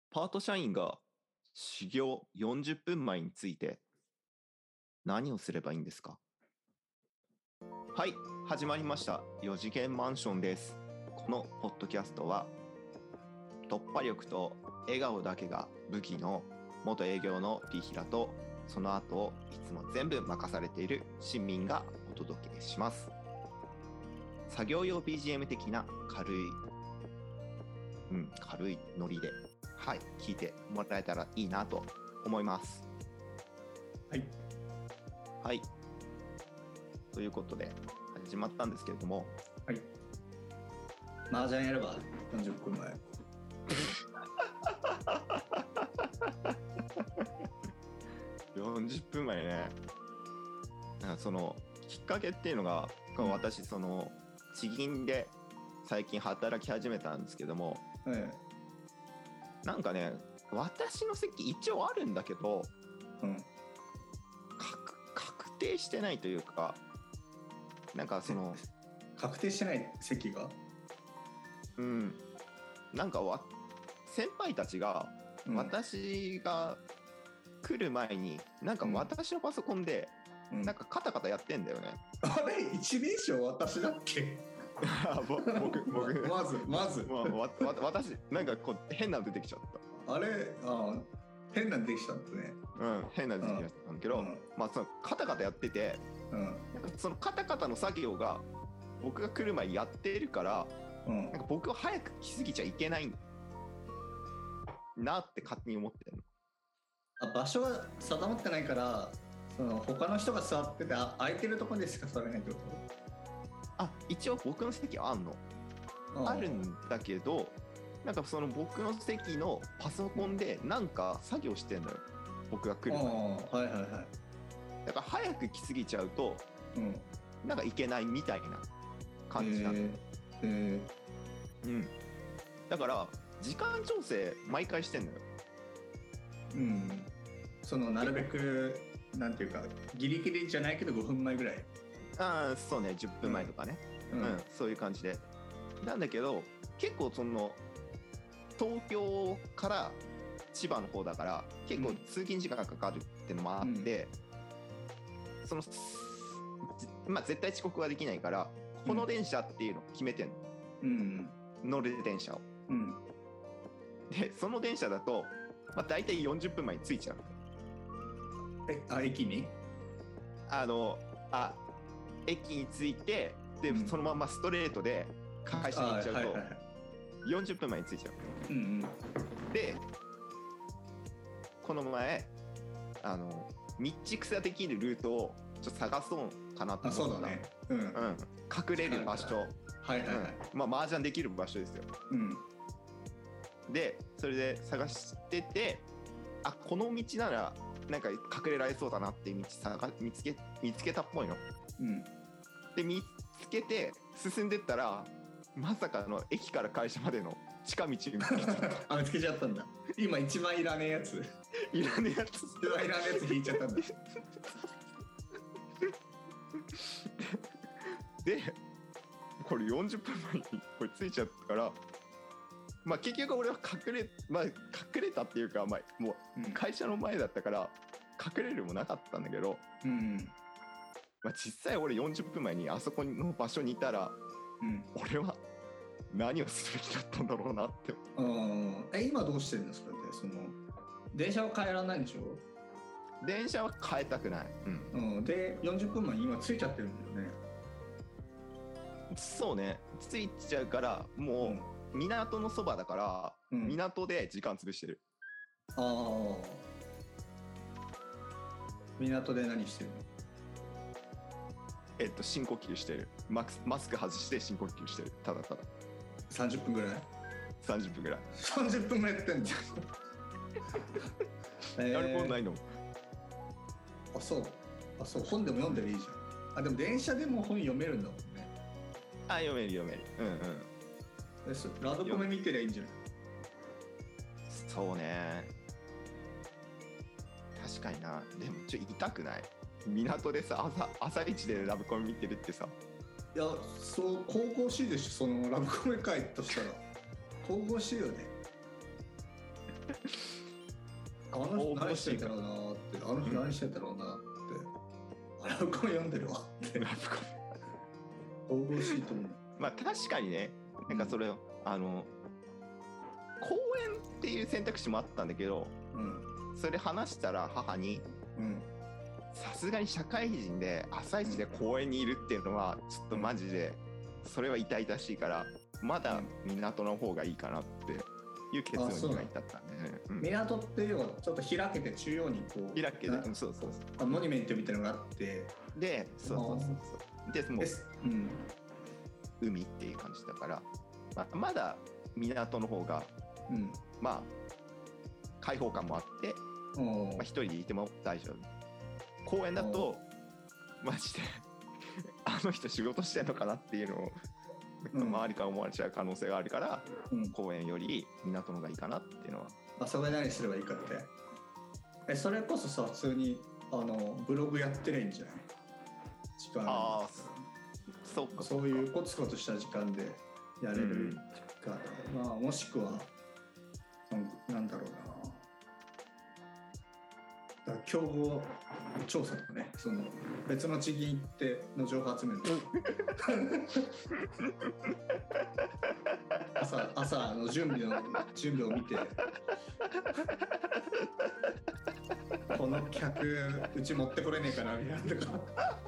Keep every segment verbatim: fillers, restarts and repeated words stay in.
パート社員が始業よんじゅっぷんまえについて何をすればいいんですか？はい、始まりましたよ次元マンションです。このポッドキャストは突破力と笑顔だけが武器の元営業のピーヒラと、その後をいつも全部任されている新民がお届けします。作業用 ビージーエム 的な軽い、うん、軽いノリで、はい、聞いてもらえたらいいなと思います。 はい。 はい。ということで始まったんですけれども、 はい。麻雀やればよんじゅっぷんまえ。 よんじゅっぷんまえね。なんかそのきっかけっていうのが、うん、私その地銀で最近働き始めたんですけども、 ええ、なんかね、私の席一応あるんだけど、うん、確, 確定してないというか、なんかその確定してない席が、 うん、なんかわ先輩たちが、うん、私が来る前になんか私のパソコンで、うん、なんかカタカタやってんだよね。 あれ一人称私だっけ？ 僕僕まずまず、 まあ、わわ私なんかこう変なの出てきちゃった。 あれあ変なの出てきたんだね。 うん変なの出てきちゃったんだけど、うん、まあそのカタカタやってて、うん、なんかそのカタカタの作業が僕が来る前にやってるから、うん、なんか僕は早く来すぎちゃいけないなって勝手に思ってるの。 あ、場所が定まってないから、その他の人が座ってて空いてるところでしか座れないってこと？ あ、一応僕の席はあんの、あるんだけど、なんかその僕の席のパソコンでなんか作業してんのよ、僕が来る前に。 はいはいはい。 だから早く来すぎちゃうと、うん、なんかいけないみたいな感じなの。へえー、 うん。だから時間調整毎回してんのよ。 うん。そのなるべくなんていうかギリギリじゃないけどごふんまえぐらい。 ああそうね、じゅっぷんまえとかね、うんうん、そういう感じでなんだけど、結構その東京から千葉の方だから結構通勤時間がかかるってのもあって、うん、そのまあ絶対遅刻はできないからこの電車っていうのを決めてんの、うん、乗る電車を、うん、でその電車だと、まあ、大体よんじゅっぷんまえに着いちゃう。 えあ駅にあのあ駅に着いて、で、うん、そのままストレートで会社に行っちゃうと、はいはいはい、よんじゅっぷんまえに着いちゃう、うんうん、でこの前あの密着さできるルートをちょっと探そうかなと思った。あ、そうだね、うんうん、隠れる場所、はいはいはい、うん、まあ麻雀できる場所ですよ、うん、でそれで探してて、あ、この道ならなんか隠れられそうだなっていう道探見つけ見つけたっぽいの、うん、で見つけて進んでったらまさかの駅から会社までの近道見つけちゃったあ、見つけちゃったんだ。今一番いらねえやついらねえやつ一番いらねえやつ引いちゃったんだでこれよんじゅっぷんまえにこれついちゃったから、まあ結局俺は隠れまあ隠れたっていうか、まあもう会社の前だったから隠れるもなかったんだけど、うん、まあ、実際俺よんじゅっぷんまえにあそこの場所にいたら、うん、俺は何をすべきだったんだろうなって。 あえ今どうしてるんですかね。その電車は変えられないでしょ。 電車は変えたくない、うんうん、でよんじゅっぷんまえに今ついちゃってるんだよね。 そうね、ついちゃうからもう港のそばだから、うん、港で時間潰してる。 ああ、港で何してるの？ えっと深呼吸してる。マス、マスク外して深呼吸してる。ただたださんじゅっぷんぐらいさんじゅっぷんぐらいさんじゅっぷんもやってんじゃんやることないの？ あ、そうあ、そう本でも読んでるいいじゃん。あ、でも電車でも本読めるんだもんね。 あ、読める読める、うんうん。 ラブコメ見てりゃいいんじゃない？ そうね、確かにな。でもちょっと痛くない？港でさ、朝朝一でラブコメ見てるってさ。 いや、そう神々しいでしょ。そのラブコメ会としたら神々しいよねの人何してんだろうなって、あの人何してんだろうなって、うん、ラブコメ読んでるわってラブコメ神々しいと思う。 まあ確かにね、なんかそれを、うん、あの公園っていう選択肢もあったんだけど、うん、それで話したら母に、さすがに社会人で朝一で公園にいるっていうのはちょっとマジでそれは痛々しいから、まだ港の方がいいかなっていう結論には至ったんでね。 うん、港っていうのはちょっと開けて中央にこう開けて、うん、そうそうそう、 モニュメントみたいなのがあって、 でそうそうそうそうでもう、うん、海っていう感じだから、まあ、まだ港の方が、うん、まあ開放感もあって、まあ、一人でいても大丈夫。公園だとマジであの人仕事してんのかなっていうのを、うん、周りから思われちゃう可能性があるから、うん、公園より港の方がいいかなっていうのは。 あ、そこで何すればいいかって。え、それこそさ、普通にあのブログやってりゃいいんじゃない？時間。ああ、 そうか。 そういうコツコツした時間でやれるか、うん、まあもしくはなんだろうな。競合調査とかね、その別の地銀行っての情報集める朝朝の準備の準備を見て、この客うち持ってこれねえかなみたいなとか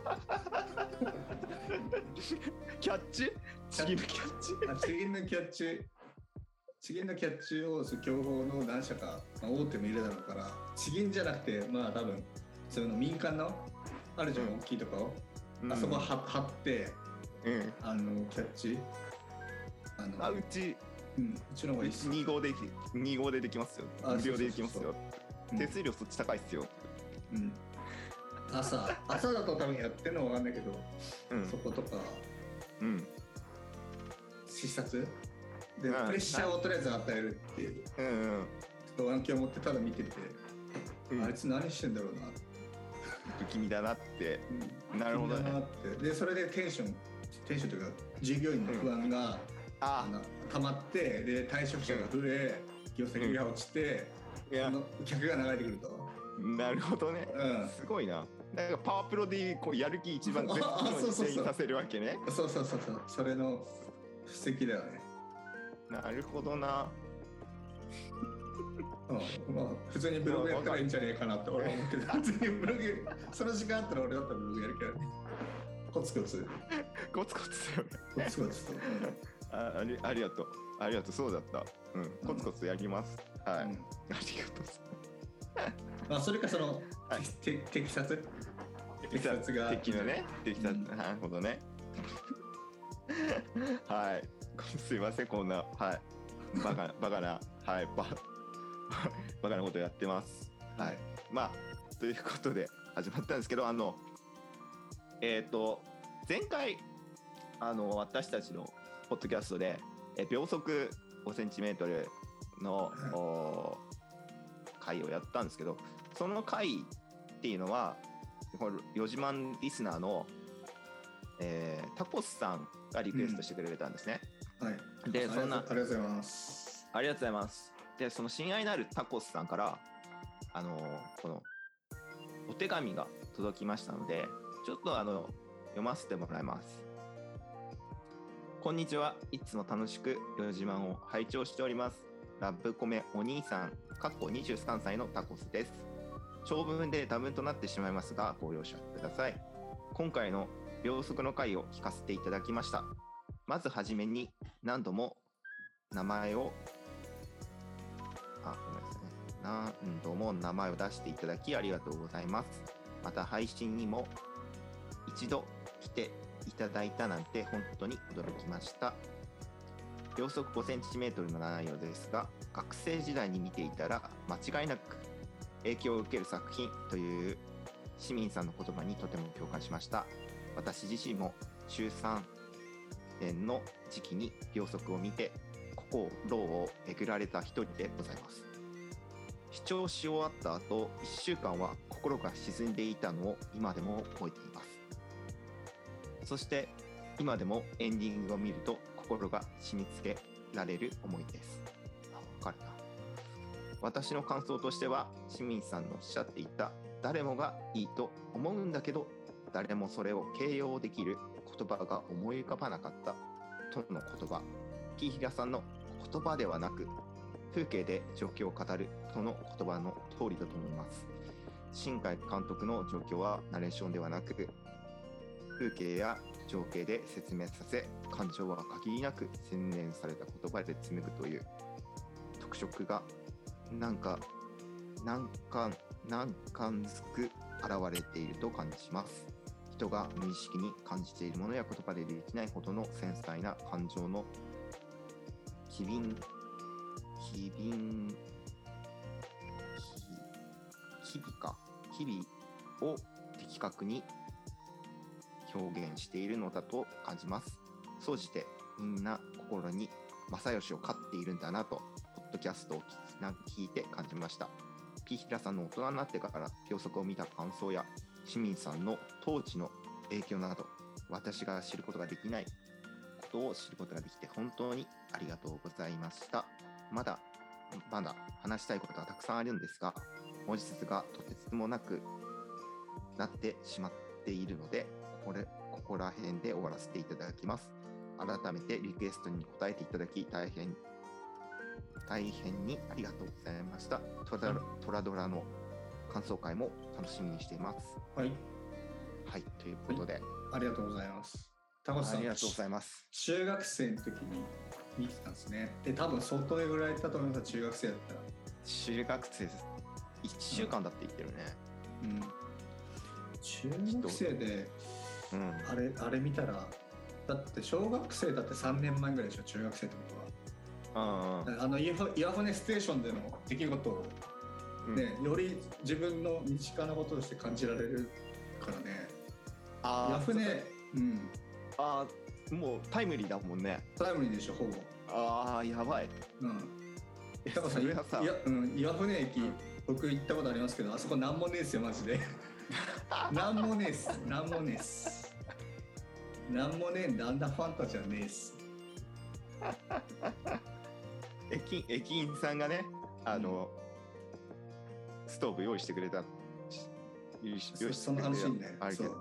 キャッチ地銀のキャッチあ地銀のキャッチ地銀のキャッチを競合の何社か、まあ、大手もいるだろうから、地銀じゃなくてまあ多分そういうの民間のあるじゃん、うん、大きいところ、うん、あそこは貼って、うん、あのキャッチあのあうち、 うん、うちの方がいいっす。 に号でに号でできますよ、無料でできますよ、手数料そっち高いっすよ、 うん、朝朝だと多分やってるのは分かんないけど、うん、そことか、うん、視察で、うん、プレッシャーをとりあえず与えるっていう、うんうん、ちょっと眼鏡を持ってただ見てて、うん、あいつ何してんだろうな、 不気味だなって、うん、なるほどね。 でそれでテンションテンションというか従業員の不安が、うん、あ溜まって、で退職者が増え、業績が落ちて、うん、あの客が流れてくると。 なるほどね、うん、すごいな。なんかパワープロでこうやる気一番絶頂に転移させるわけね。 そうそうそうそう、それの布石だよね。 なるほどな。 うん、まあ普通にブログやったらいいんじゃねえかなって俺は思ってた。普通にブログその時間あったら俺だったらブログやるけどね。コツコツコツコツコツコツと、うん、 あ, あ, りありがとうありがとう、そうだった、うん、コツコツやります、うん、はい、うん、ありがとうまあそれかその、はい、て摘撮摘撮が敵のね摘撮、うん、なるほどねはいすいません、こんな、はい、バカバカな、はい、ババカなことやってます。はい、まあということで始まったんですけど、あのえっ、ー、と前回あの私たちのポッドキャストで、え秒速ごセンチメートルの、はい、回をやったんですけど、その回っていうのはこのよじまんリスナーの、えー、タコスさんがリクエストしてくれたんですね。 うん、はい。で、そんなありがとうございます。 ありがとうございます。で、その親愛なるタコスさんからあのこのお手紙が届きましたので、ちょっとあの読ませてもらいます。こんにちは。いつも楽しくよじまんを拝聴しております。ラブコメお兄さんかっこにじゅうさんさいのタコスです。長文で多文となってしまいますがご容赦ください。今回の秒速の回を聞かせていただきました。まずはじめに何度も名前をあごめんなさいね何度も名前を出していただきありがとうございます。また配信にも一度来ていただいたなんて本当に驚きました。秒速ごセンチメートルの内容ですが、学生時代に見ていたら間違いなく影響を受ける作品という市民さんの言葉にとても共感しました。私自身も中さんねんの時期に秒速を見て心をえぐられた一人でございます。視聴し終わった後いっしゅうかんは心が沈んでいたのを今でも覚えています。そして今でもエンディングを見ると心が締め付けられる思いです。あ、分かるな。 私の感想としては、清水さんのおっしゃっていた誰もがいいと思うんだけど誰もそれを形容できる言葉が思い浮かばなかったとの言葉、P平さんの言葉ではなく風景で状況を語るとの言葉の通りだと思います。新海監督の状況はナレーションではなく風景や情景で説明させ、感情は限りなく洗練された言葉で紡ぐという特色がなんかなんかなんかんずく現れていると感じます。人が無意識に感じているものや言葉でできないほどの繊細な感情の機敏機敏機微か機微を的確に表現しているのだと感じます。総じてみんな心に正義を飼っているんだなとポッドキャストを聞いて感じました。P平さんの大人になってから秒速を見た感想や清水さんの当時の影響など、私が知ることができないことを知ることができて本当にありがとうございました。まだまだ話したいことがたくさんあるんですが、文字数がとてつもなくなってしまっているので、これここら辺で終わらせていただきます。改めてリクエストに答えていただき大変大変にありがとうございました。トラ、トラドラの感想会も楽しみにしています。 はい。 はい、ということで、はい、 ありがとうございます。タコさん、 ありがとうございます。 中学生の時に見てたんですね。で、多分相当ぐらいだと思います。中学生だったら。 中学生です。いっしゅうかんだって言ってるね。 うん。うん、中学生で、うん、あれあれ見たら、だって小学生だってさんねんまえぐらいでしょ、中学生ってことは。ああの岩船ステーションでの出来事を、ね、うん、より自分の身近なこととして感じられるからね。あ岩船、うん、 あもうタイムリーだもんね。 タイムリーでしょ、ほぼ。 ああやばい。 うん。だからさ、いや、うん、岩船駅、うん、僕行ったことありますけど、あそこなんもねえっすよマジで。なんもねえっす、なんもねえっす。なんもねえんで、あんなファンタじゃねえっす。 駅, 駅員さんがね、あの、うん、ストーブ用意してくれた。 用意してくれた。その話ね。あれそう。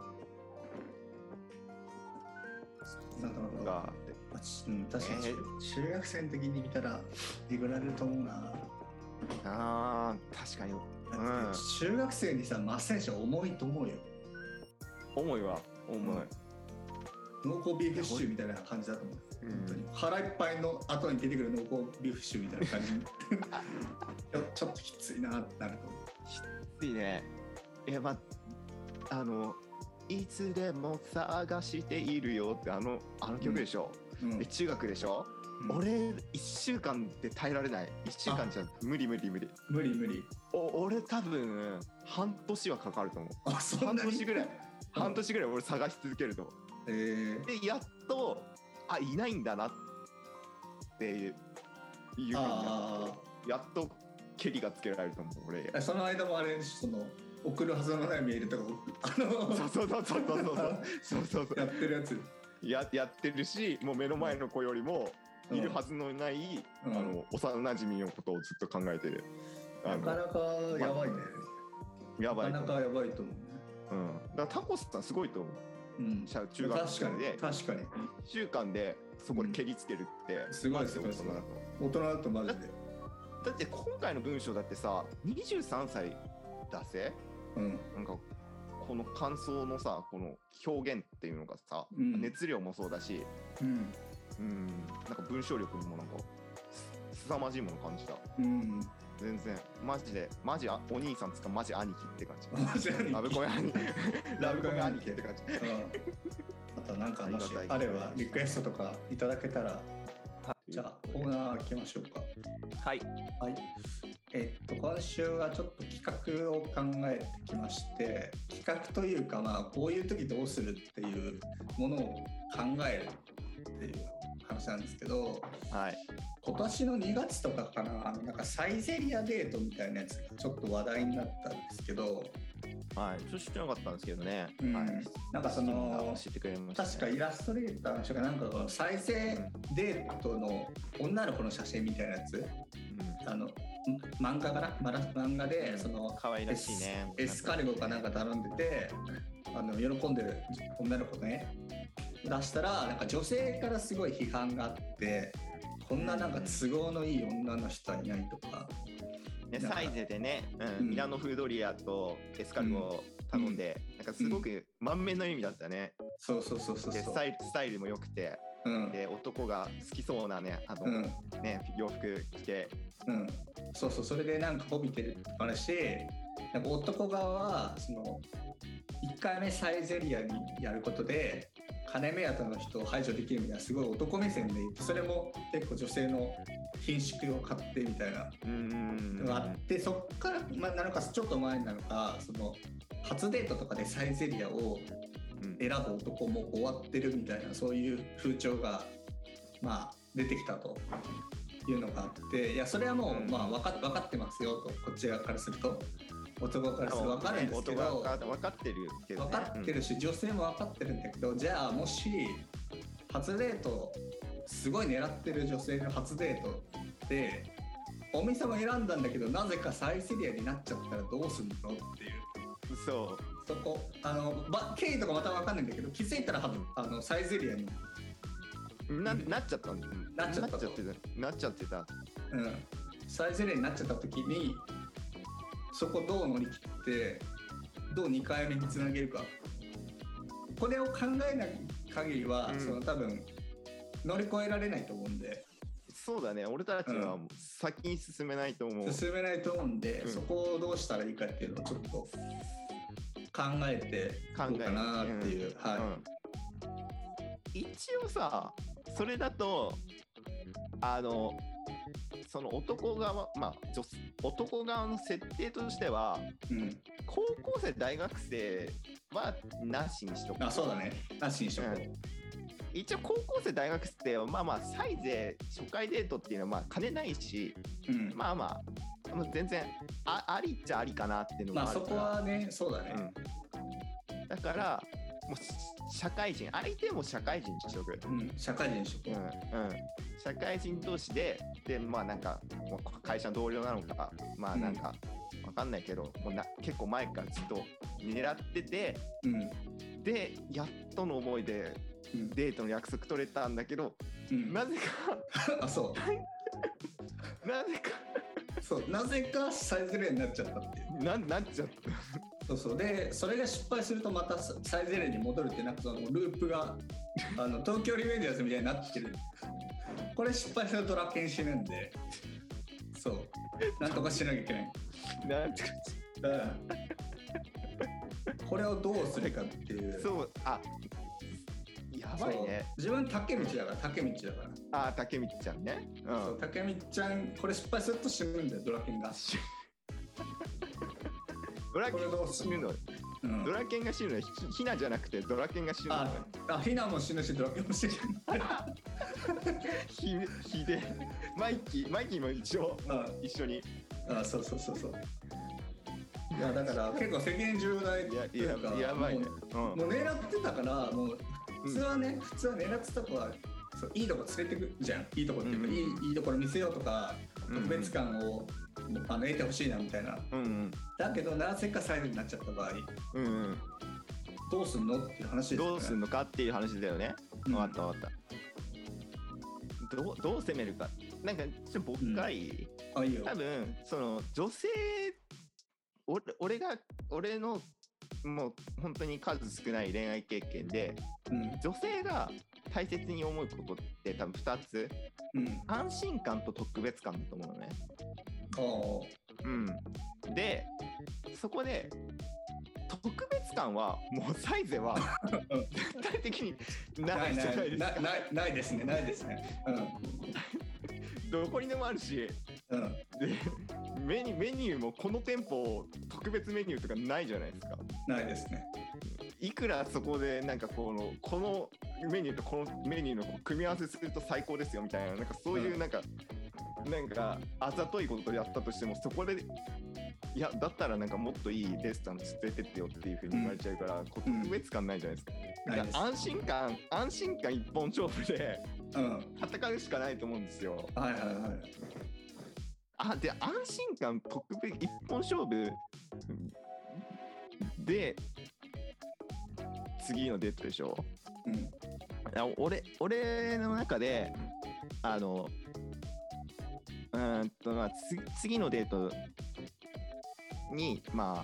なんだろうな。うん、確かに、えー、中学生の時に見たらえぐられると思うな。 あー、確かに。うん、 中学生にさ、マッセンション重いと思うよ。 重いわ、重い。うん濃厚ビーフシチューみたいな感じだと思う、うん、本当に腹いっぱいの後に出てくる濃厚ビーフシチューみたいな感じちょっときついなってなると思う。 きついね。いや、まああのいつでも探しているよってあのあの曲でしょ、うんうん、中学でしょ、うん、俺いっしゅうかんで耐えられない。いっしゅうかんじゃ無理無理無理無理無理。 お俺多分半年はかかると思う。 あ、そんなに半年ぐらい半年ぐらい俺探し続けると思う。えー、でやっとあいないんだなっていう風になってやっとケリがつけられると思う俺。 その間もあれその送るはずのないメールとかあのそうそうそうそうそうそうそうそうやってるやつや, やってるし、もう目の前の子よりもいるはずのない、うん、あの幼馴染のことをずっと考えてる。 なかなかやばいね、 ま、やばいなかなかやばいと思うね。 うん、だからタコスさんすごいと思う。うん、中学生で確かにいっしゅうかんでそこで蹴りつけるって、 うん、すごいですよ。大人だとマジで。 だって今回の文章だってさにじゅうさんさいだぜ、うん、なんかこの感想のさこの表現っていうのがさ、うん、熱量もそうだし、うん、うん、なんか文章力にもなんかすさまじいもの感じた、うん、全然マジでマジお兄さんつかマジ兄貴って感じ。 マジ兄貴。 ラブコメ兄貴ラブコメ兄貴って感じ。 あとなんかもしあればリクエストとかいただけたら、じゃあコーナー開けましょうか。 はいはい。えっと今週はちょっと企画を考えてきまして、企画というかまあこういう時どうするっていうものを考えるっていう話なんですけど、はい、今年のにがつとかかな、あのなんかサイゼリアデートみたいなやつがちょっと話題になったんですけど、 はい、ちょっと知ってなかったんですけどね、 うん、 はい、 なんかその知ってくれましたね、 確かイラストレーターの人がなんかサイゼデートの女の子の写真みたいなやつ、うん、あの漫画かな漫画でその可愛らしいねエスカルゴかなんか頼んでてあの喜んでる女の子ね出したらなんか女性からすごい批判があってこんななんか都合のいい女の人はいないとか、 ね、サイゼでね、うん、ミラノ風ドリアとエスカルゴを頼んで、うん、なんかすごく満面の意味だったね、 うん、そうそうそうそうでスタイル、スタイルも良くて、うん、で男が好きそうなねあの、うん、ね洋服着て、 うん、そうそうそれでなんか褒めてるって話でなんか男側はそのいっかいめサイゼリアにやることで金目当ての人を排除できるみたいなすごい男目線で言ってそれも結構女性の品種を買ってみたいなのがあってそっから、まあ、なのかちょっと前なのかその初デートとかでサイゼリアを選ぶ男も終わってるみたいなそういう風潮がまあ出てきたというのがあっていやそれはもうまあ分か、分かってますよとこっち側からすると男からすると分かるんですけど分かってるけど、ね、 分かってるし、うん、女性も分かってるんだけどじゃあもし初デートすごい狙ってる女性の初デートでお店も選んだんだけどなぜかサイゼリアになっちゃったらどうすんのっていうそうそこあの経緯とかまた分かんないんだけど気づいたら、うん、あのサイゼリアにな, なっちゃったんだなっちゃったなっちゃってたなっちゃってたうんサイゼリアになっちゃった時にそこどう乗り切ってどうにかいめにつなげるかこれを考えない限りは、うん、その多分乗り越えられないと思うんでそうだね俺たちは先に進めないと思う、 うん、進めないと思うんで、うん、そこをどうしたらいいかっていうのをちょっと考えていこうかなっていう、うんはいうん、一応さそれだとあのその男側、まあ、女男側の設定としては、うん、高校生大学生はなしにしとく。 あ、そうだね。なしにしとく、うん。 一応高校生大学生はまあまあサイゼ初回デートっていうのはまあ金ないし、うん、まあまあもう全然 あ, ありっちゃありかなっていうのがあるから。 まあそこはね、そうだね。 うん、だからもう社会人相手も社会人にしとく。 うん、社会人にしとく。 うんうん社会人同士で、で、まあなんか、会社の同僚なのか、まあなんか、わかんないけど、もうな結構前からずっと狙ってて、うん、で、やっとの思いで、うん、デートの約束取れたんだけど、うん、なぜか、 あ、そう。 なぜか、 そう、なぜかサイゼリヤになっちゃったっていう。 な、なっちゃった。 そうそう。で、それが失敗するとまたサイゼリヤに戻るって、なんかそのループが、あの東京リベンジャーズみたいになってる。これ失敗するとドラケン死ぬんでそうなんとかしなきゃいけないなんとかうんこれをどうするかっていうそうあやばいね自分竹道だから竹道だからあ竹道ちゃんね、 うん、そう竹道ちゃんこれ失敗すると死ぬんだよドラケンがドラケンが死ぬのうん、ドラケンが死ぬのはヒナじゃなくてドラケンが死ぬの、ね、 ああヒナも死ぬしドラケンも死ぬひ, ひでマイキーマイキーも一応一緒にああそうそうそうそういやだから結構責任重大っていうかや, やばいね、 うん、もう狙ってたからもう普通はね、うん、普通は狙ってた子はそういいとこ連れてくじゃんいいとこっていうか、うん、いい, いいところ見せようとか特別感を、うん、あの得てほしいなみたいな、うんうん、だけどなぜかサイズになっちゃった場合、うんうん、どうすんのっていう話ですよねどうすんのかっていう話だよね、うん、分かった分かったどう、どう攻めるかなんかちょっと僕からいい、うん、あいいよ多分その女性俺、俺が俺のもう本当に数少ない恋愛経験で、うん、女性が大切に思うことって多分ふたつ、うん、安心感と特別感だと思うのね。うん、でそこで特別感はもうサイゼは絶対的にないじゃないですか。 ないないないですねないですね。 うん、どこにでもあるし、うん、でメニューメニューもこの店舗特別メニューとかないじゃないですか。 ないですね。 いくらそこでなんかこのこのメニューとこのメニューの組み合わせすると最高ですよみたいななんかそういうなんか、うん、なんかあざといことやったとしてもそこでいやだったらなんかもっといいレストラン連れてってよっていう風に言われちゃうから、うん、特別感ないじゃないですか。うん、だから安心感安心感一本勝負で、うん、戦うしかないと思うんですよ。 はいはいはい。 あで安心感特別一本勝負で次のデートでしょ。うん。俺俺の中であのうーんとまあつ次のデートにまあ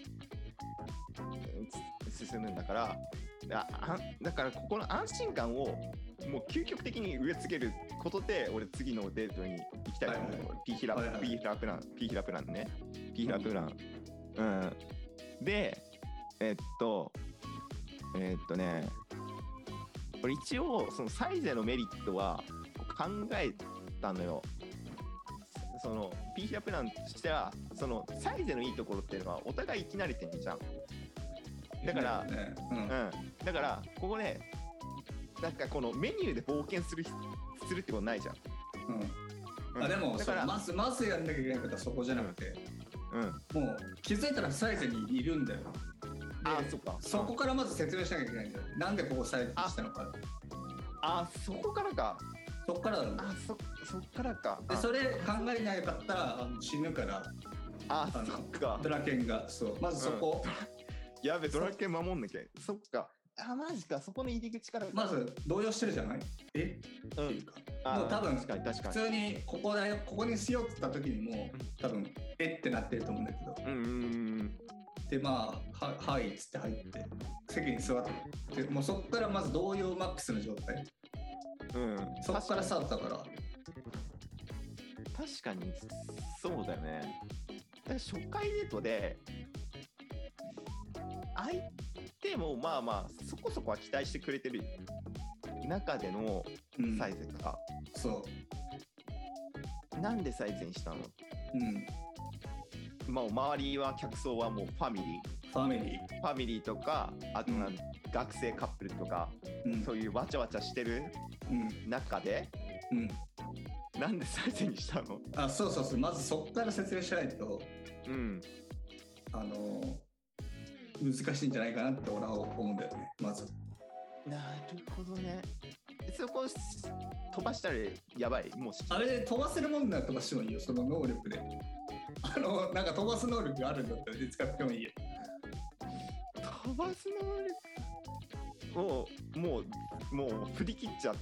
進むんだからだだからここの安心感をもう究極的に植え付けることで俺次のデートに行きたいと思う。はいはい、ピヒラ、はいはい、ピヒラプランピヒラプランねピヒラプラン、うん、うん、でえっとえっとね俺一応そのサイゼのメリットは考えたのよ。そのピヒラプランとしてはそのサイゼのいいところっていうのはお互い生き慣れてんじゃん。だから、ねうんうん、だからここねなんかこのメニューで冒険するするってことないじゃん。 うん、あでもだからまずまずやんなきゃいけないことはそこじゃなくて、うん、もう気づいたらサイズにいるんだよ。 あそっか。 そこからまず説明しなきゃいけないんだよ。なんでここサイズにしたのか。 あそこからか。 そこからだろ。 あそそっからか。 でそれ考えなかったらあの死ぬから。 あそっか。 ドラケンがそうまずそこ。 うん、やべドラケン守んなきゃ。そっか。あマジかそこの入り口からまず動揺してるじゃないえ、うん、っていうかもう多分確かに確かに普通にここだよここにしようって言った時にも多分えってなってると思うんだけど、うんうんうん、でまあははいっつって入って席に座ってもうそこからまず動揺マックスの状態、うん、そこからスタートだから確かにそうだよね。だから初回デートで相手もまあまあそこそこは期待してくれてる中でのサイズか、 うん、そうなんでサイズにしたの、うん、まあ周りは客層はもうファミリーファミリーファミリーとかあとなん、うん、学生カップルとか、うん、そういうわちゃわちゃしてる中で、うん、なんでサイズにしたの。 あそうそうそうまずそこから説明しないと、うん、あの難しいんじゃないかなって俺は思うんだよねまず。 なるほどね。そこ飛ばしたらやばいもうあれで飛ばせるもんなら飛ばしてもいいよその能力で。あのなんか飛ばす能力があるんだったら使ってもいいよ。 飛ばす能力をもうもう振り切っちゃって、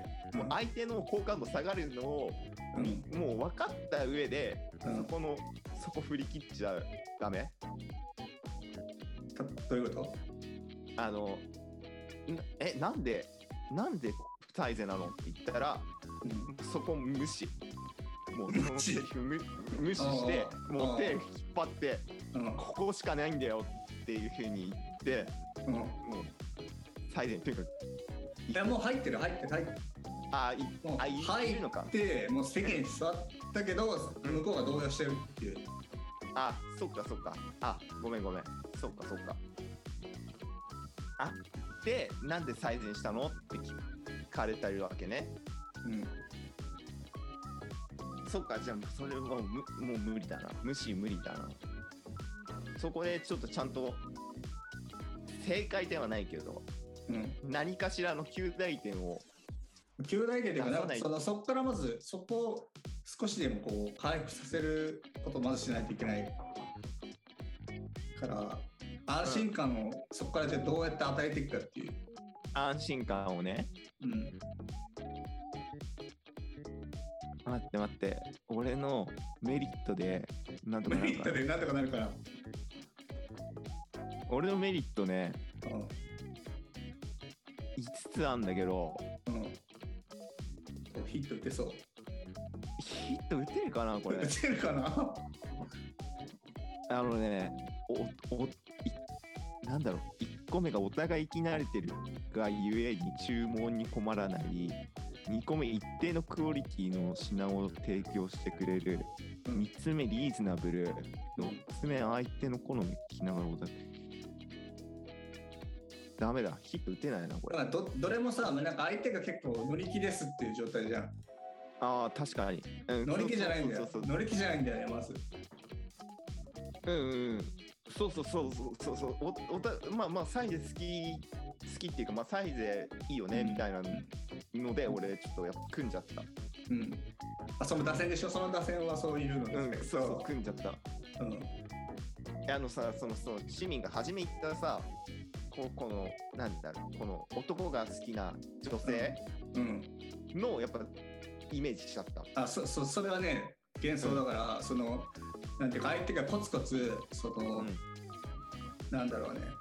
うん、もう相手の好感度下がるのを、うん、もう分かった上で、うん、そこのそこ振り切っちゃダメ。 どういうこと？ あのえなんでなんでサイゼなのって言ったら、うん、そこ無視もうそのセリフ無無視してもう手引っ張ってここしかないんだよっていう風に言って、うん、もうサイゼにとにかくいやもう入ってる入ってる入ってるあいもうあ入るのかってもう席に座ったけど向こうが動揺してるっていう。 あそっかそっかあごめんごめんそっかそっかあでなんでサイズにしたのって聞かれたりわけね。うんそっかじゃあそれはもうもう無理だな無視無理だな。そこでちょっとちゃんと正解ではないけど、うん、何かしらの及第点を及第点というかそのそこからまずそこを少しでもこう回復させることをまずしないといけないから安心感をそこからじゃどうやって与えていくかっていう安心感をね、うん、待って待って俺のメリットでなんとかなるかな。 メリットでなんとかなるかな。 俺のメリットね、うん、いつつあんだけど、うん、 ヒット打てそう。 ヒット打てるかなこれ。 打てるかな。 あのねおおなんだろういっこめがお互い生き慣れてるがゆえに注文に困らない。にこめ一定のクオリティの品を提供してくれる。みっつめリーズナブル。よっつめ相手の好み聞きながらお互いダメだヒット打てないなこれ。 だから ど, どれもさなんか相手が結構乗り気ですっていう状態じゃん。 ああ確かに、 うん、乗り気じゃないんだよ。乗り気じゃないんだよねまず。 うんうんそうそうそうそうそうおおたまあまあサイズ好き好きっていうかまあサイズいいよねみたいなので、うん、俺ちょっとやっぱ組んじゃった。うんあ、その打線でしょ。その打線はそういうのです、 うん、そうそう組んじゃった。うん。あのさ、そのその市民が初め言ったさ、ここのなんだろう、この男が好きな女性の、うん、やっぱイメージしちゃった。 あ、そそそれはね幻想だから、うん、そのなんていうか相手がコツコツその、うん、なんだろうね、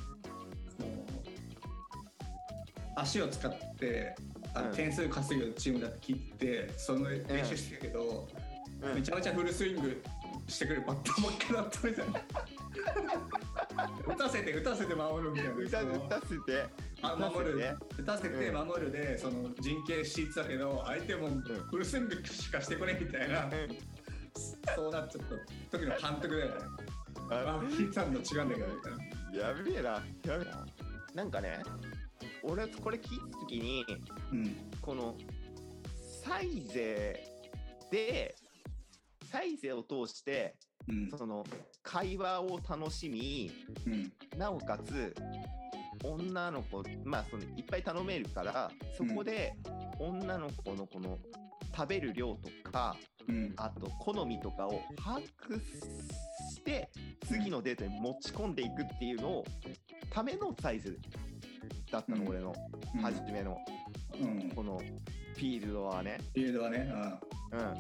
足を使ってあ、うん、点数稼ぐチームだって切ってその練習してるけど、うん、めちゃめちゃフルスイングしてくるバッターばっかだったみたいな打たせて打たせて守るみたいな、 打たせてあ守る打たせて守るで、うん、その陣形敷いてたけど相手もフルスイングしかしてこねみたいな、うん、そうなっちゃった時の監督だよね。あ、聞いたの違うんだけどみたいな。やべえな、やべえな。なんかね、俺これ聞いた時に、うん、このサイゼでサイゼを通して、うん、その会話を楽しみ、うん、なおかつ女の子、まあそのいっぱい頼めるからそこで女の子のこの食べる量とか、うん、あと好みとかを把握して次のデートに持ち込んでいくっていうのをためのサイズだったの、うん、俺の初めの、うん、このフィールドはねフィールドはね、 うん、うん、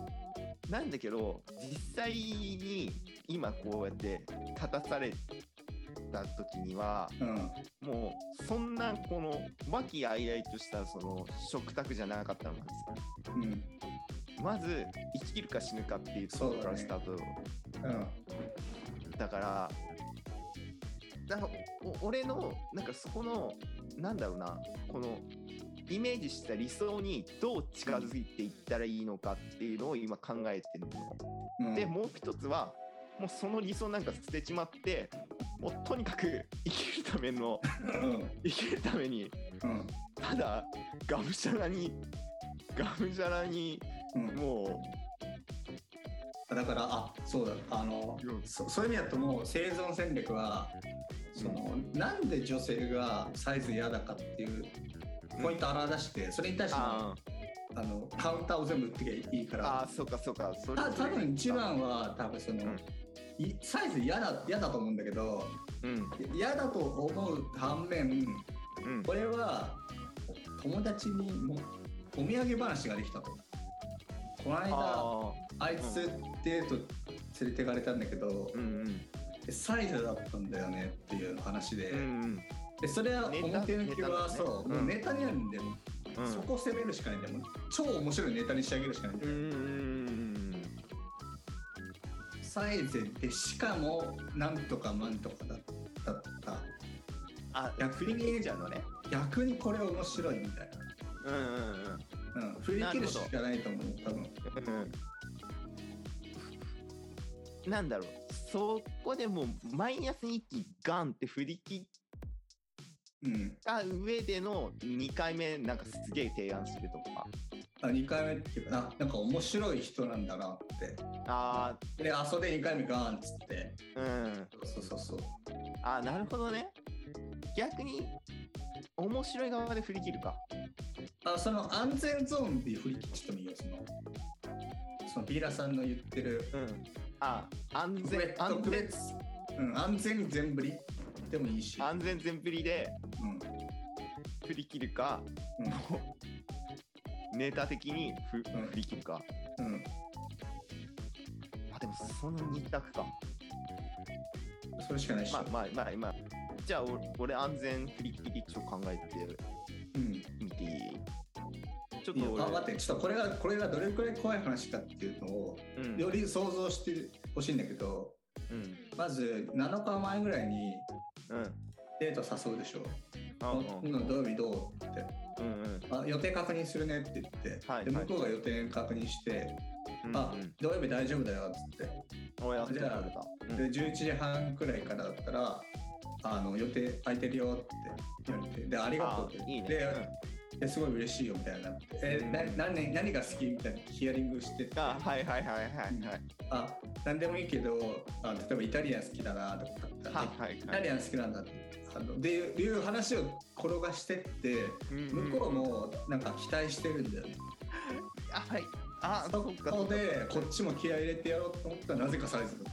なんだけど実際に今こうやって立たされた時には、うん、もうそんなこの和気あいあいとしたその食卓じゃなかったんですよ、うん、まず生きるか死ぬかっていうところからスタート、ね、うん、だからだから俺のなんかそこのなんだろうな、このイメージした理想にどう近づいていったらいいのかっていうのを今考えてるの、うん、でもう一つはもうその理想なんか捨てちまってもうとにかく生きるための、うん、生きるために、うん、ただがむしゃらにがむしゃらに、うん、もうだからあそうだあの、うん、そ, そういう意味だともう生存戦略はその、うん、なんで女性がサイズ嫌だかっていうポイントを表して、うん、それに対してのああのカウンターを全部打っていいから。 ああそうかそうか。それた多分一番は多分その、うん、サイズ嫌だ嫌だと思うんだけど、うん、嫌だと思う反面、うん、これは友達にもお土産話ができたと。この間 あ, あいつデート連れてかれたんだけど、うんうん、サイズだったんだよねっていう話で、うんうん、でそれは表向きはそう、もうネタにあるんで、うん、そこを攻めるしかないんで、も超面白いネタに仕上げるしかないんで、うん、サイズでしかもなんとかなんとかだった。 あ、逆にいいじゃんのね。 逆にこれ面白いみたいな。うんうんうん。うん、振り切るしかないと思う多分。 うん、なんだろう。そこでもうマイナスにガンって振り切った上でのにかいめなんかすげえ提案するとか。 あ、にかいめっていうかな、なんか面白い人なんだなって。ああ。で、あそでにかいめガンっつって。うん。そうそうそう。 あ、なるほどね。逆に面白い側で振り切るか。 あ、その安全ゾーンで振り切ってもいいよ。そのそのビーラさんの言ってる、うん、あ、安全安全、うん、安全全振りでもいいし、 安全全振りで、うん、振り切るか、うん、ネタ的にふ、うん、振り切るか、うん、あ、でもそのに択か。 それしかないっしょ。 まあまあまあ今、じゃあ俺安全振り切りちょっと考えてみていい？ ちょっと俺、あ、待って、ちょっとこれがこれがどれくらい怖い話かっていうのを、うん、より想像してほしいんだけど、うん、まずなのかまえぐらいに、うん、デート誘うでしょ。うん、土曜日どうって、うんうん、あ、予定確認するねって言って、はい、で向こうが予定確認して、うん、あ、土曜日大丈夫だよっつって、うん、じゃあ、うん、でじゅういちじはんくらいからだったらあの予定空いてるよって言われて、でありがとうって言って、いいね、で、うん、ですごい嬉しいよみたいになって、えー、な 何, 何が好きみたいなヒアリングしてて、 あ、はいはいはいはいはい、 あ、何でもいいけど、あ、例えばイタリアン好きだなとかだったら、はいはいはい、イタリアン好きなんだってあのでいう話を転がしてって、うんうん、向こうもなんか期待してるんだよね。 あ、はい、 あそこでこっちも気合い入れてやろうと思ったらなぜかサイズだ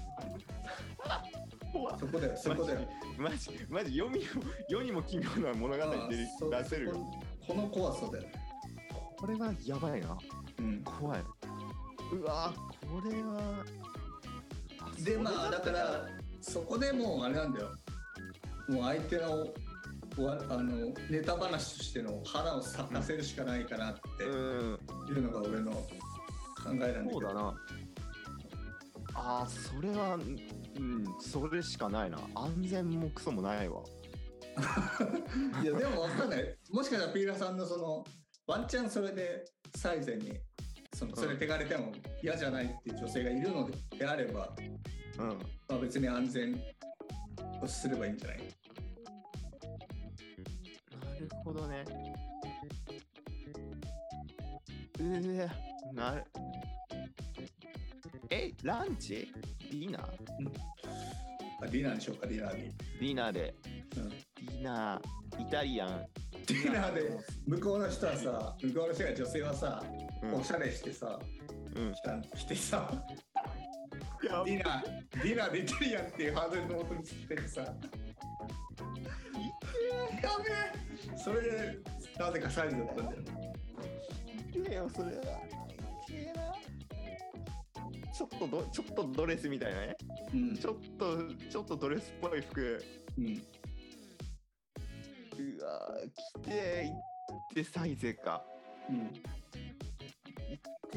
そこだよそこだよマジマジ世にも世にも奇妙な物語で出せるよ。 この怖さだよね。 これはやばいな。うん、怖い。うわこれはでまあだからそこでもうあれなんだよ。もう相手のあのネタ話としての腹を咲かせるしかないかなっていうのが俺の考えなんだけど。 そうだな。ああそれはうんそれしかないな。安全もクソもないわ。 いやでも分かんない。もしかしたらピーラーさんのそのワンチャンそれでサイゼにそのそれ手がれても嫌じゃないっていう女性がいるのであれば、うんまあ、別に安全をすればいいんじゃない？ なるほどね。うーなるえランチディナー、 うん、あディナーにしようか。ディナーにディナーで、うん、ディナーイタリアンディナーで向こうの人はさ向こうの人が女性はさ、うん、おしゃれしてさ、うん、来た来てさディナーディナーでイタリアンっていうハードルのもとに作ってるさやべえそれでなぜかサイズだったんだよ。 いけよそれは。いけな。ちょっとどちょっとドレスみたいなね、うん、ちょっとちょっとドレスっぽい服、うん、うわ着ていってサイゼか、うん、いって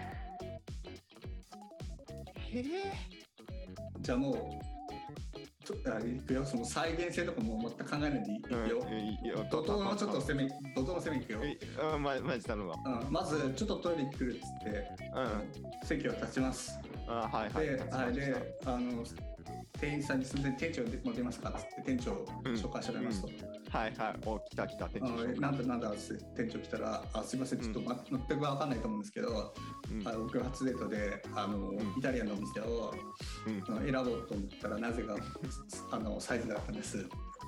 へえじゃあもうちょっとあれいくよ。その再現性とかも全く考えないでいいよ、うん、いいよ。怒涛のちょっと攻め怒涛の攻めいくよ。 あまマジ頼むわ、 うん、まずちょっとトイレに来るっつって、うん、席を立ちます。 あはいはいで、はい、であの店員さんにすみません店長も出ますかっつって店長を紹介してもらいますと、うんうん、 はいはいお来た来た店長なんだなんだって店長来たらあすみませんちょっと、ま、全く分かんないと思うんですけど、うん、あの僕初デートであの、うん、イタリアンのお店を、うん、選ぼうと思ったらなぜかあのサイズだったんです。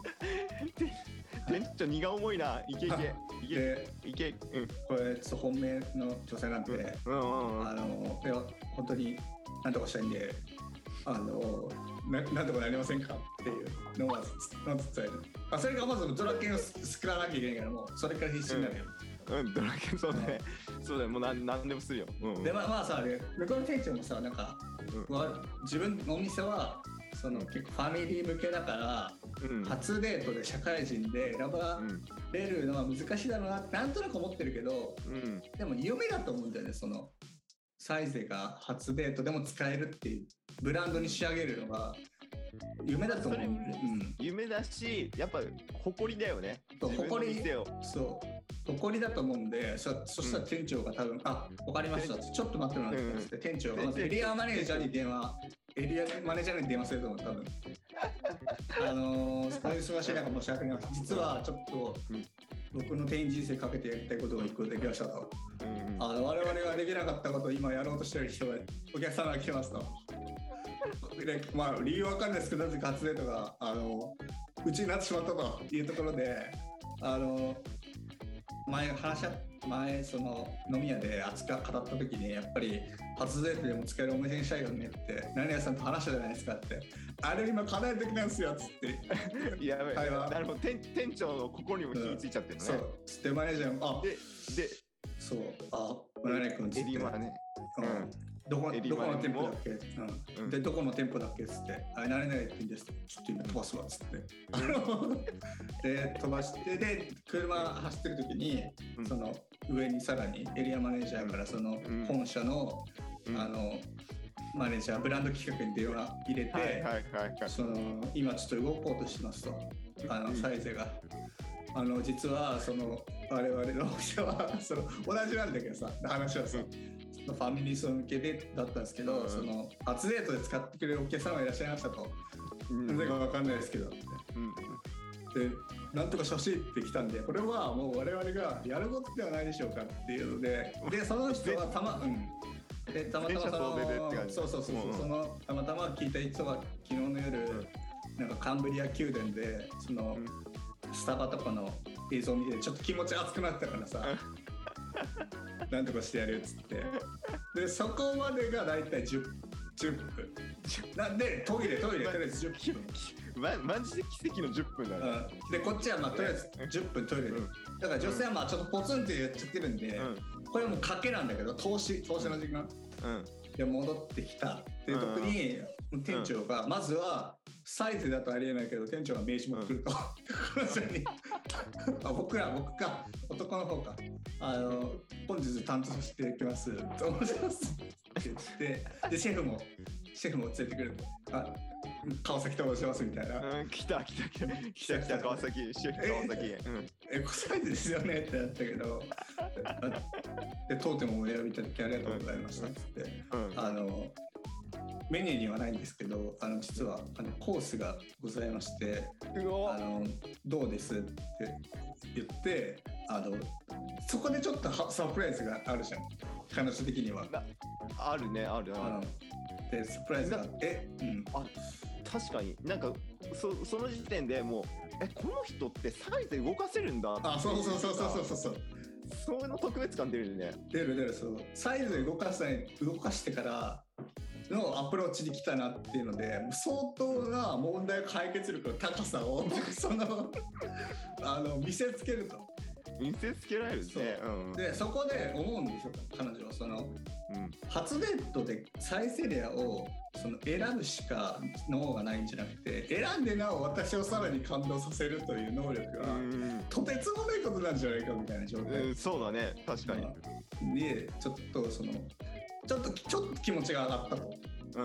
店長荷が重いな。いけいけいけいけ、 うん、これちょっと本命の女性なんで、うんうんうん、あのいや本当になんとかしたいんであの な, なんとかなりませんかっていうのをまず伝える。あそれがまずドラケンを救わなきゃいけないからもうそれから必死になるよ。 うん、ドラケンそうだね、うん、そうだよもう何何でもするよ。うん、 でまあまあさ向こうの店長もさなんか、うん、自分のお店はその結構ファミリー向けだから、うん、初デートで社会人で選ばれるのは難しいだろうなってなんとなく思ってるけど、うん、でも夢だと思うんだよね。そのサイゼが初デートでも使えるっていうブランドに仕上げるのが夢だと思う、うん、 夢だしやっぱ誇りだよね。 誇りそう誇りだと思うんで そ, そしたら店長が多分、うん、あ分かりましたちょっと待ってもらってくださいって、うん、店長がまずエリアマネージャーに電話エリアマネージャーに電話すると思う多分あのー、そういう忙しい中申し訳ない実はちょっと、うん僕の店員人生かけてやりたいことが一個できましたと、うん、あの我々ができなかったことを今やろうとしている人がお客様が来てますとで、まあ、理由わかんないですけどなぜか初デートがあのうちになってしまったというところであの前話し前その飲み屋で熱く語った時にやっぱり初デートでも使えるお店にしたいよねって何々さんと話したじゃないですかってあれ今叶えてきなんすよっつっていやなるほど 店, 店長の心にも火ついちゃってるね、うん、 そうステマネージャーもあででそうあ何々君っつってエリマね、うんどこ, どこの店舗だっけ、うんうん、でどこの店舗だっけっつってあれ何々って言うんですちょっと今飛ばすわっつってで飛ばしてで車走ってる時に、うん、その上にさらにエリアマネージャーからその本社の、うん、あのマネージャーブランド企画に電話入れて、はいはいはいはい、その今ちょっと動こうとしてますとあのサイゼが、うん、あの実はその我々のお店はその同じなんだけどさ話はさ、うんファミリー層向けでだったんですけど、うん、その初デートで使ってくれるお客様がいらっしゃいましたと、うん、なぜか分かんないですけどって、うん、でなんとかしてほしいって来たんでこれはもう我々がやることではないでしょうかっていうのででその人はたま、うん、でたまたまそのそうそうそうそう、うん、そのたまたま聞いた人は昨日の夜、うん、なんかカンブリア宮殿でその、うん、スタバとかの映像を見てちょっと気持ち熱くなったからさなんとかしてやるっつってでそこまでがだいたいじゅっぷんなんでトイレトイレとりあえずじゅっぷんま、マジで奇跡のじゅっぷんだね、 うん、でこっちはまあとりあえずじゅっぷんトイレで、うん、だから女性はまあちょっとポツンってやっちゃってるんで、うん、これはもう賭けなんだけど投資投資の時間、うん、で戻ってきたっていう時に、うん、店長がまずはサイズだとありえないけど店長が名刺持ってくると、うん、にあ僕ら僕か男の方かあの本日担当させていただきますと思いますって言ってでシェフもシェフも連れてくるあ川崎と申しますみたいな、 うん、来た来た来た来た来た川崎シェフ川崎え、うん、エコサイズですよねってなったけどで当店もお選びいただきありがとうございましたっつって、うん、あのメニューにはないんですけどあの実はあのコースがございましてあのどうですって言ってあのそこでちょっとサプライズがあるじゃん彼女的にはあるねあるあるでサプライズがあってうんあ確かになんか そ, その時点でもうえこの人ってサイズ動かせるんだってあそうそうそうそうそうそうそういうの特別感出るね出る出るそうサイズ動かさない動かしてからのアプローチに来たなっていうので相当な問題解決力の高さをそのあの見せつけると見せつけられるねそ,、 うん、でそこで思うんですよ彼女はその、うん、初デートでサイゼリアをその選ぶしかの方がないんじゃなくて選んでなお私をさらに感動させるという能力はとてつもないことなんじゃないかみたいな状態、 うん、そうだね確かに、 うん、でちょっとそのちょっとちょっと気持ちが上がったと、うん、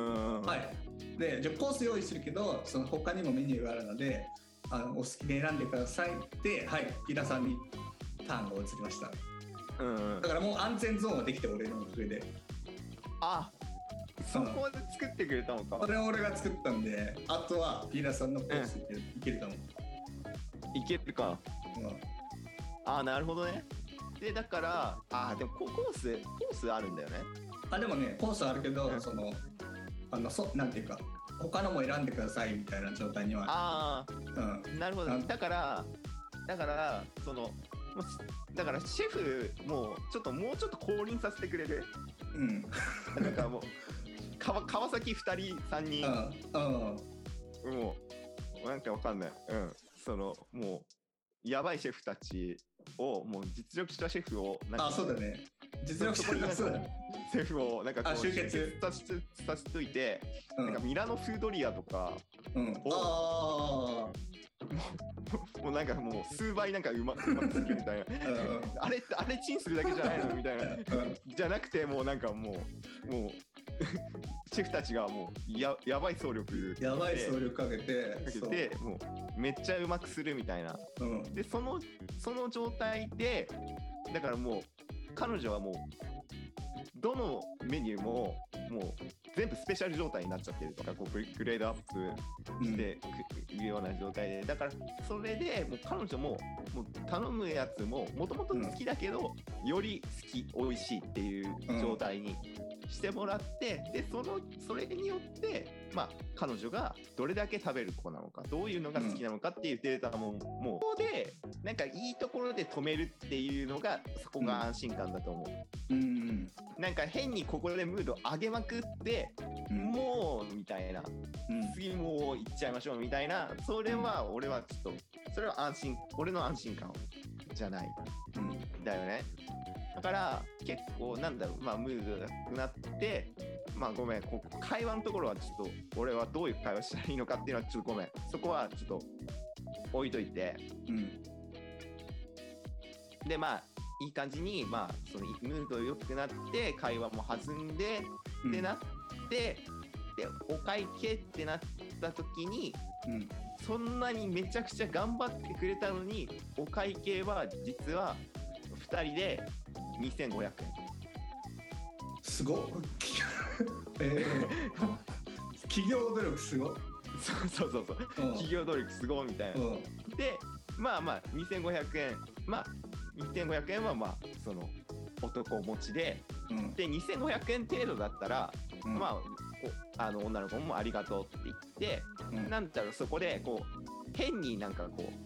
はいでじゃあコース用意するけどその他にもメニューがあるのであのお好きで選んでくださいってはいピラさんにターンが移りました、うんうん、だからもう安全ゾーンができて俺の上であそこで作ってくれたのかそれは俺が作ったんであとはピーラさんのコースいける、うん、いけると思ういけるか、うん、あなるほどねでだからあでもコースコースあるんだよねあでもねコースあるけど、うん、そのあのそなんていうか他のも選んでくださいみたいな状態にはああ、うん、なるほどだからだからそのだからシェフもちょっともうちょっと降臨させてくれるうんなんかもう川, 川崎ふたりさんにんもうなんかわかんない、うん、そのもうやばいシェフたちをもう実力したシェフをなんかあそうだね実力したシェフをなんかこう集結させさせといて、うん、なんかミラノフードリアとかを、うん、あもうなんかもう数倍なんかうまうまくするみたいなあれあれチンするだけじゃないのみたいなじゃなくてもうなんかもうもうシェフたちがもう や, やばい総力やばい総力かけてかけてもうめっちゃうまくするみたいな、うん、でそのその状態でだからもう彼女はもうどのメニューももう全部スペシャル状態になっちゃってるとかこうグレードアップしているような状態で、うん、だからそれでもう彼女ももう頼むやつももともと好きだけど、うん、より好き美味しいっていう状態にしてもらって、うん、でそのそれによってまあ彼女がどれだけ食べる子なのかどういうのが好きなのかっていうデータも、うん、もうここでなんかいいところで止めるっていうのがそこが安心感だと思う、うんうん、なんか変にここでムード上げまくって、うん、もうみたいな、うん、次もう行っちゃいましょうみたいなそれは俺はちょっとそれは安心俺の安心感じゃない、うん、だよねだから結構なんだろうまあムードがなくなってまあごめんここ会話のところはちょっと俺はどういう会話したらいいのかっていうのはちょっとごめんそこはちょっと置いといて、うん、でまあいい感じにまあそのムード良くなって会話も弾んで、うん、ってなってでお会計ってなった時に、うん、そんなにめちゃくちゃ頑張ってくれたのにお会計は実はふたりでにせんごひゃくえんすごっえー、企業努力すごっそうそうそうそう、うん、企業努力すごいみたいな、うん、でまあまあにせんごひゃくえんまあにせんごひゃくえんはまあその男持ちで、うん、でにせんごひゃくえん程度だったら、うん、まああの女の子もありがとうって言って、うん、なんだろうそこでこう変になんかこう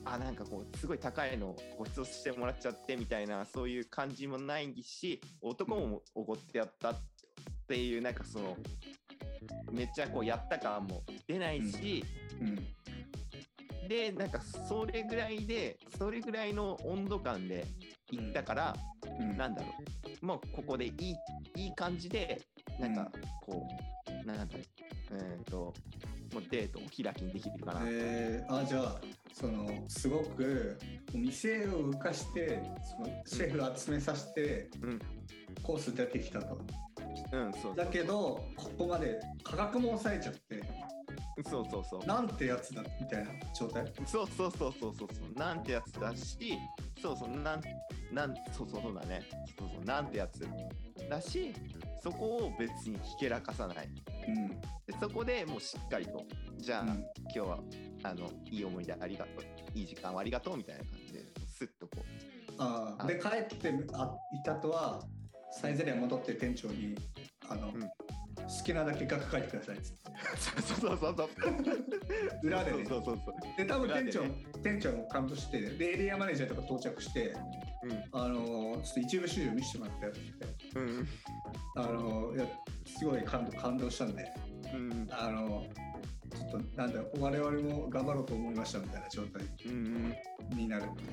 あなんかこうすごい高いのをご馳走してもらっちゃってみたいなそういう感じもないし、男もおごってやったっていうなんかそのめっちゃこうやった感も出ないし、うんうん、でなんかそれぐらいでそれぐらいの温度感で行ったから、うんうん、なんだろうもうここでいいいい感じでなんかこう、なんだろうえーともうデートを開きにできるかな。 えー、あじゃあそのすごく店を動かしてそのシェフ集めさせて、うん、コース出てきたと、うん、そうそうだけどここまで価格も抑えちゃってそうそうそうなんてやつだみたいな状態。 そうそうそうそうそうそうなんてやつだしそうそうなんなんそうそうそうだねそうそうなんてやつだしそこを別にひけらかさない、うん、でそこでもうしっかりとじゃあ、うん、今日はあのいい思い出ありがとういい時間をありがとうみたいな感じですっとこうああで帰ってあいたとはサイゼリヤ戻って店長にあの、うん、好きなだけ額書いてくださいっつってそうそうそうそう裏でねそうそうそうで多分店長、ね、店長もカウントしてでエリアマネージャーとか到着して、うん、あのちょっと一部資料見せてもらったよって言って、うん、あのいやすごい感動感動したんで、うん、あのちょっとなんだろう我々も頑張ろうと思いましたみたいな状態になるっていう、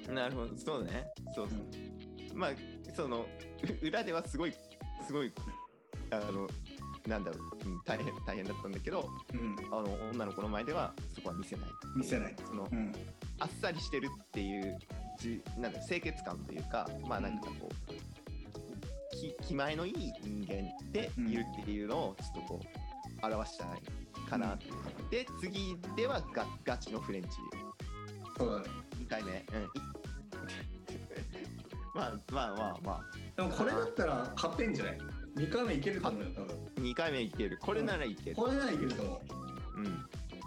うん、なるほどそうねそうそう、うん、まあその裏ではすごいすごいあのなんだろう、うん、大変大変だったんだけど、うん、あの女の子の前ではそこは見せない見せないその、うん、あっさりしてるっていうじなんだ清潔感というかまあなんかこう、うん、き気前のいい人間でいるっていうのをちょっとこう表したいかなって、うん、で次では ガ, ガチのフレンチそうだねにかいめ、うん、まあまあまあまあでもこれだったら勝ってんじゃない？にかいめいけると思うよ多分。 にかいめいける。これならいける。 これならいけると思う。うん。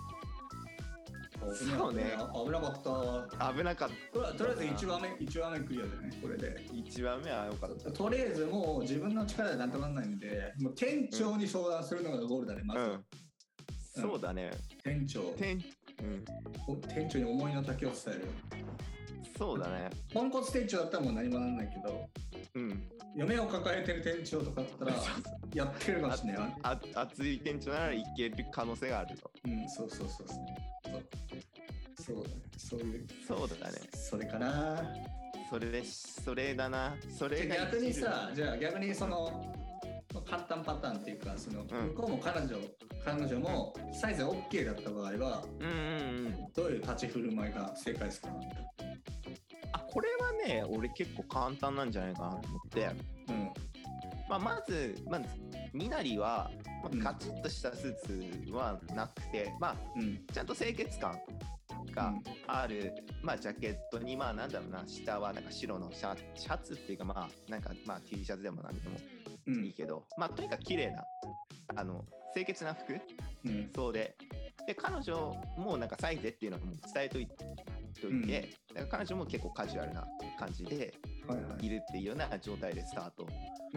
そうね。 危なかった。 危なかった。 とりあえずいちわめいちわめクリアだよねこれで。 いちわめは良かった。 とりあえずもう自分の力でなんとかならないんで、もう店長に相談するのがゴールだねまず。うんうんそうだね。 店長。 店、 うん、店長に思いの丈を伝える。 そうだね。 ポンコツ店長だったらもう何もなんないけど、うん、夢を抱えてる店長とかだったらやってるかもしれない。 ああ熱い店長ならいける可能性があると。 うん、そうそうそうそう。そうだね。そういう。 そうだね。 それかな。 それでそれだな。それが逆にさ、じゃあ逆にその。簡単パターンっていうかその、うん、向こうも彼女彼女もサイズ OK だった場合は、うんうんうん、どういう立ち振る舞いが正解ですか？ あこれはね俺結構簡単なんじゃないかなと思って、うんまあ、まずまずみなりは、まあ、ガチッとしたスーツはなくて、うん、まあ、うん、ちゃんと清潔感がある、うん、まあジャケットにまあなんだろうな下はなんか白のシャ、シャツっていうかまあなんかまあ T シャツでもなんでもいいけど、うん、まあとにかく綺麗なあの清潔な服、うん、そうでで彼女もなんかサイズっていうのを伝えといて、うん、だから彼女も結構カジュアルな感じでいるっていうような状態でスタート、うん、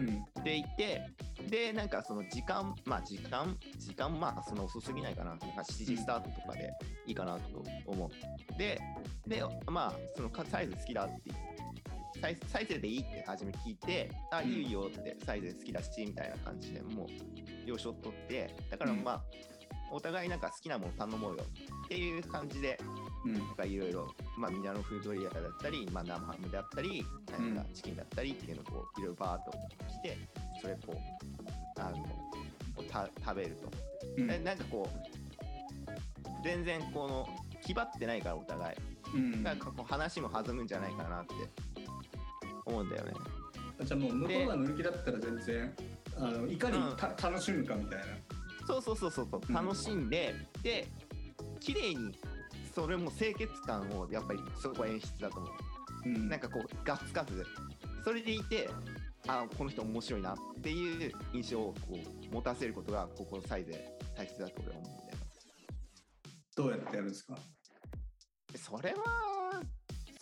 でいてでなんかその時間まあ時間時間まあその遅すぎないかな、なんかしちじスタートとかでいいかなと思う。ででまあそのサイズ好きだって言ってサイ, サイズでいいって初め聞いて、あ、いいよってサイズ好きだしみたいな感じでもう了承取って、だからまあ、うん、お互いなんか好きなもの頼もうよっていう感じで、うん、なんかいろいろまあミラノ風ドリアだったり、まあ、生ハムであったり、なんかチキンだったりっていうのをこういろいろバーっと来て、それこうあのた食べると、うん、でなんかこう全然この気張ってないからお互い、うん、なんかこう話も弾むんじゃないかなって思うんだよね。 じゃあもう向こうが乗り気だったら全然あのいかにた、うん、楽しむかみたいな。 そうそうそうそう、うん、楽しんでで綺麗にそれも清潔感をやっぱりそこは演出だと思う、うん、なんかこうガッツガツそれでいてあこの人面白いなっていう印象をこう持たせることがここの際で大切だと俺は思うんだよ。 どうやってやるんですか？ それは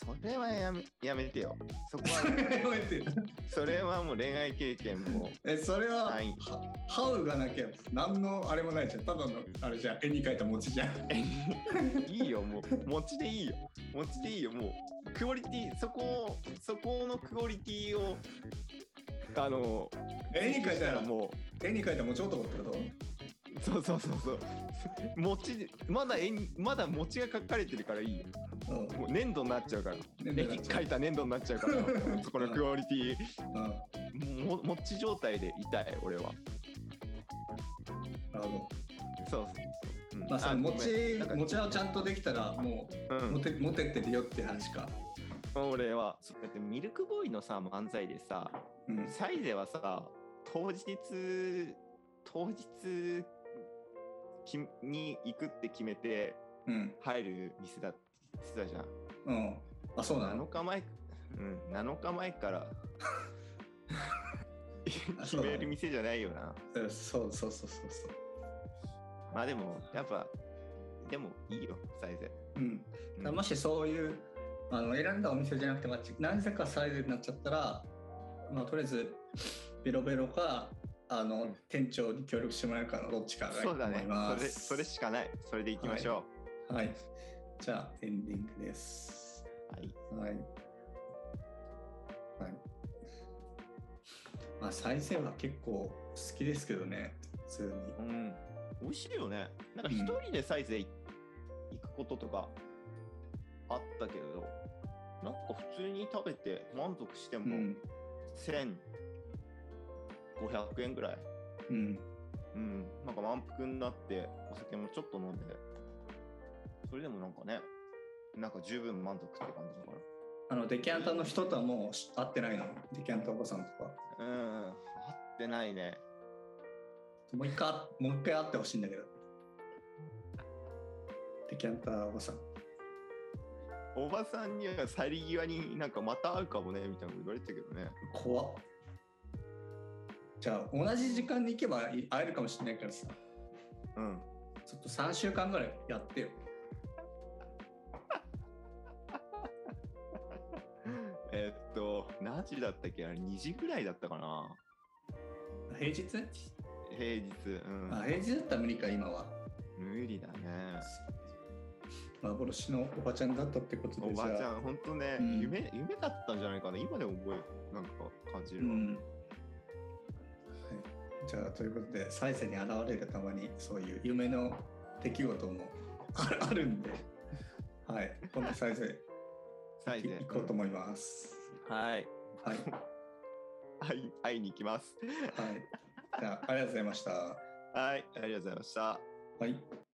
それはやめやめてよ。そこはやめてよ。 それはもう恋愛経験もえそれはない。 ハウがなきゃ何のあれもないじゃん。ただのあれじゃん、絵に描いた餅じゃん。 いいよもう餅でいいよ。餅でいいよもうクオリティそこそこのクオリティをあの絵に描いたらもう絵に描いた餅男ってこと？ そうそうそうそう。餅まだ絵にまだ餅が描かれてるからいいよ。うん、もう粘土になっちゃうから。絵に描いた粘土になっちゃうから。そこのクオリティ。うん、も餅状態でいたい俺は。 なるほど。 そうそうそう。 うん、まあその餅餅はちゃんとできたらもう、うん、モテモテてるよって話か。 俺はそうやってミルクボーイのさ漫才でさ、うん、サイゼはさ当日当日に行くって決めて入る店だって言ってたじゃん。 うん。あ、そうなの？ なのかまえ、うん、なのかまえから決める店じゃないよな。 そうそうそうそうそう。 まあでもやっぱでもいいよサイゼ。 うん。うん、もしそういうあの選んだお店じゃなくて、まあ、何故かサイゼになっちゃったら、まあとりあえずベロベロか。あの、うん、店長に協力してもらえるかのどっちかがいいと思います。そうだね。それ、それしかない。それでいきましょう。はい。はい、じゃあエンディングです。 はい。 はい。はい。まあ再生は結構好きですけどね。普通に。 うん。美味しいよね。なんか一人で再生行くこととかあったけど、うん、なんか普通に食べて満足してもせんごひゃくえんぐらい、 うんうん、なんか満腹になってお酒もちょっと飲んでそれでもなんかねなんか十分満足って感じだからあのデキャンタの人とはもう会ってないの？デキャンタおばさんとかうん会ってないねもう一回もう一回会ってほしいんだけどデキャンタおばさんおばさんには去り際になんかまた会うかもねみたいなこと言われてたけどね怖っじゃあ同じ時間に行けば会えるかもしれないからさうんちょっとさんしゅうかんぐらいやってよえっと何時だったっけあれにじぐらいだったかな平日？ 平日うんあ平日だったら無理か今は無理だね幻のおばちゃんだったってことでおばちゃんほんとね、うん、夢夢だったんじゃないかな今でも覚えなんか感じるわ、うんじゃあということでサイゼに現れるたまにそういう夢の出来事もあるんではい今度サイゼサイゼ行こうと思います、 うん、はいはい会い会いに行きますはいじゃあありがとうございましたはいありがとうございましたはい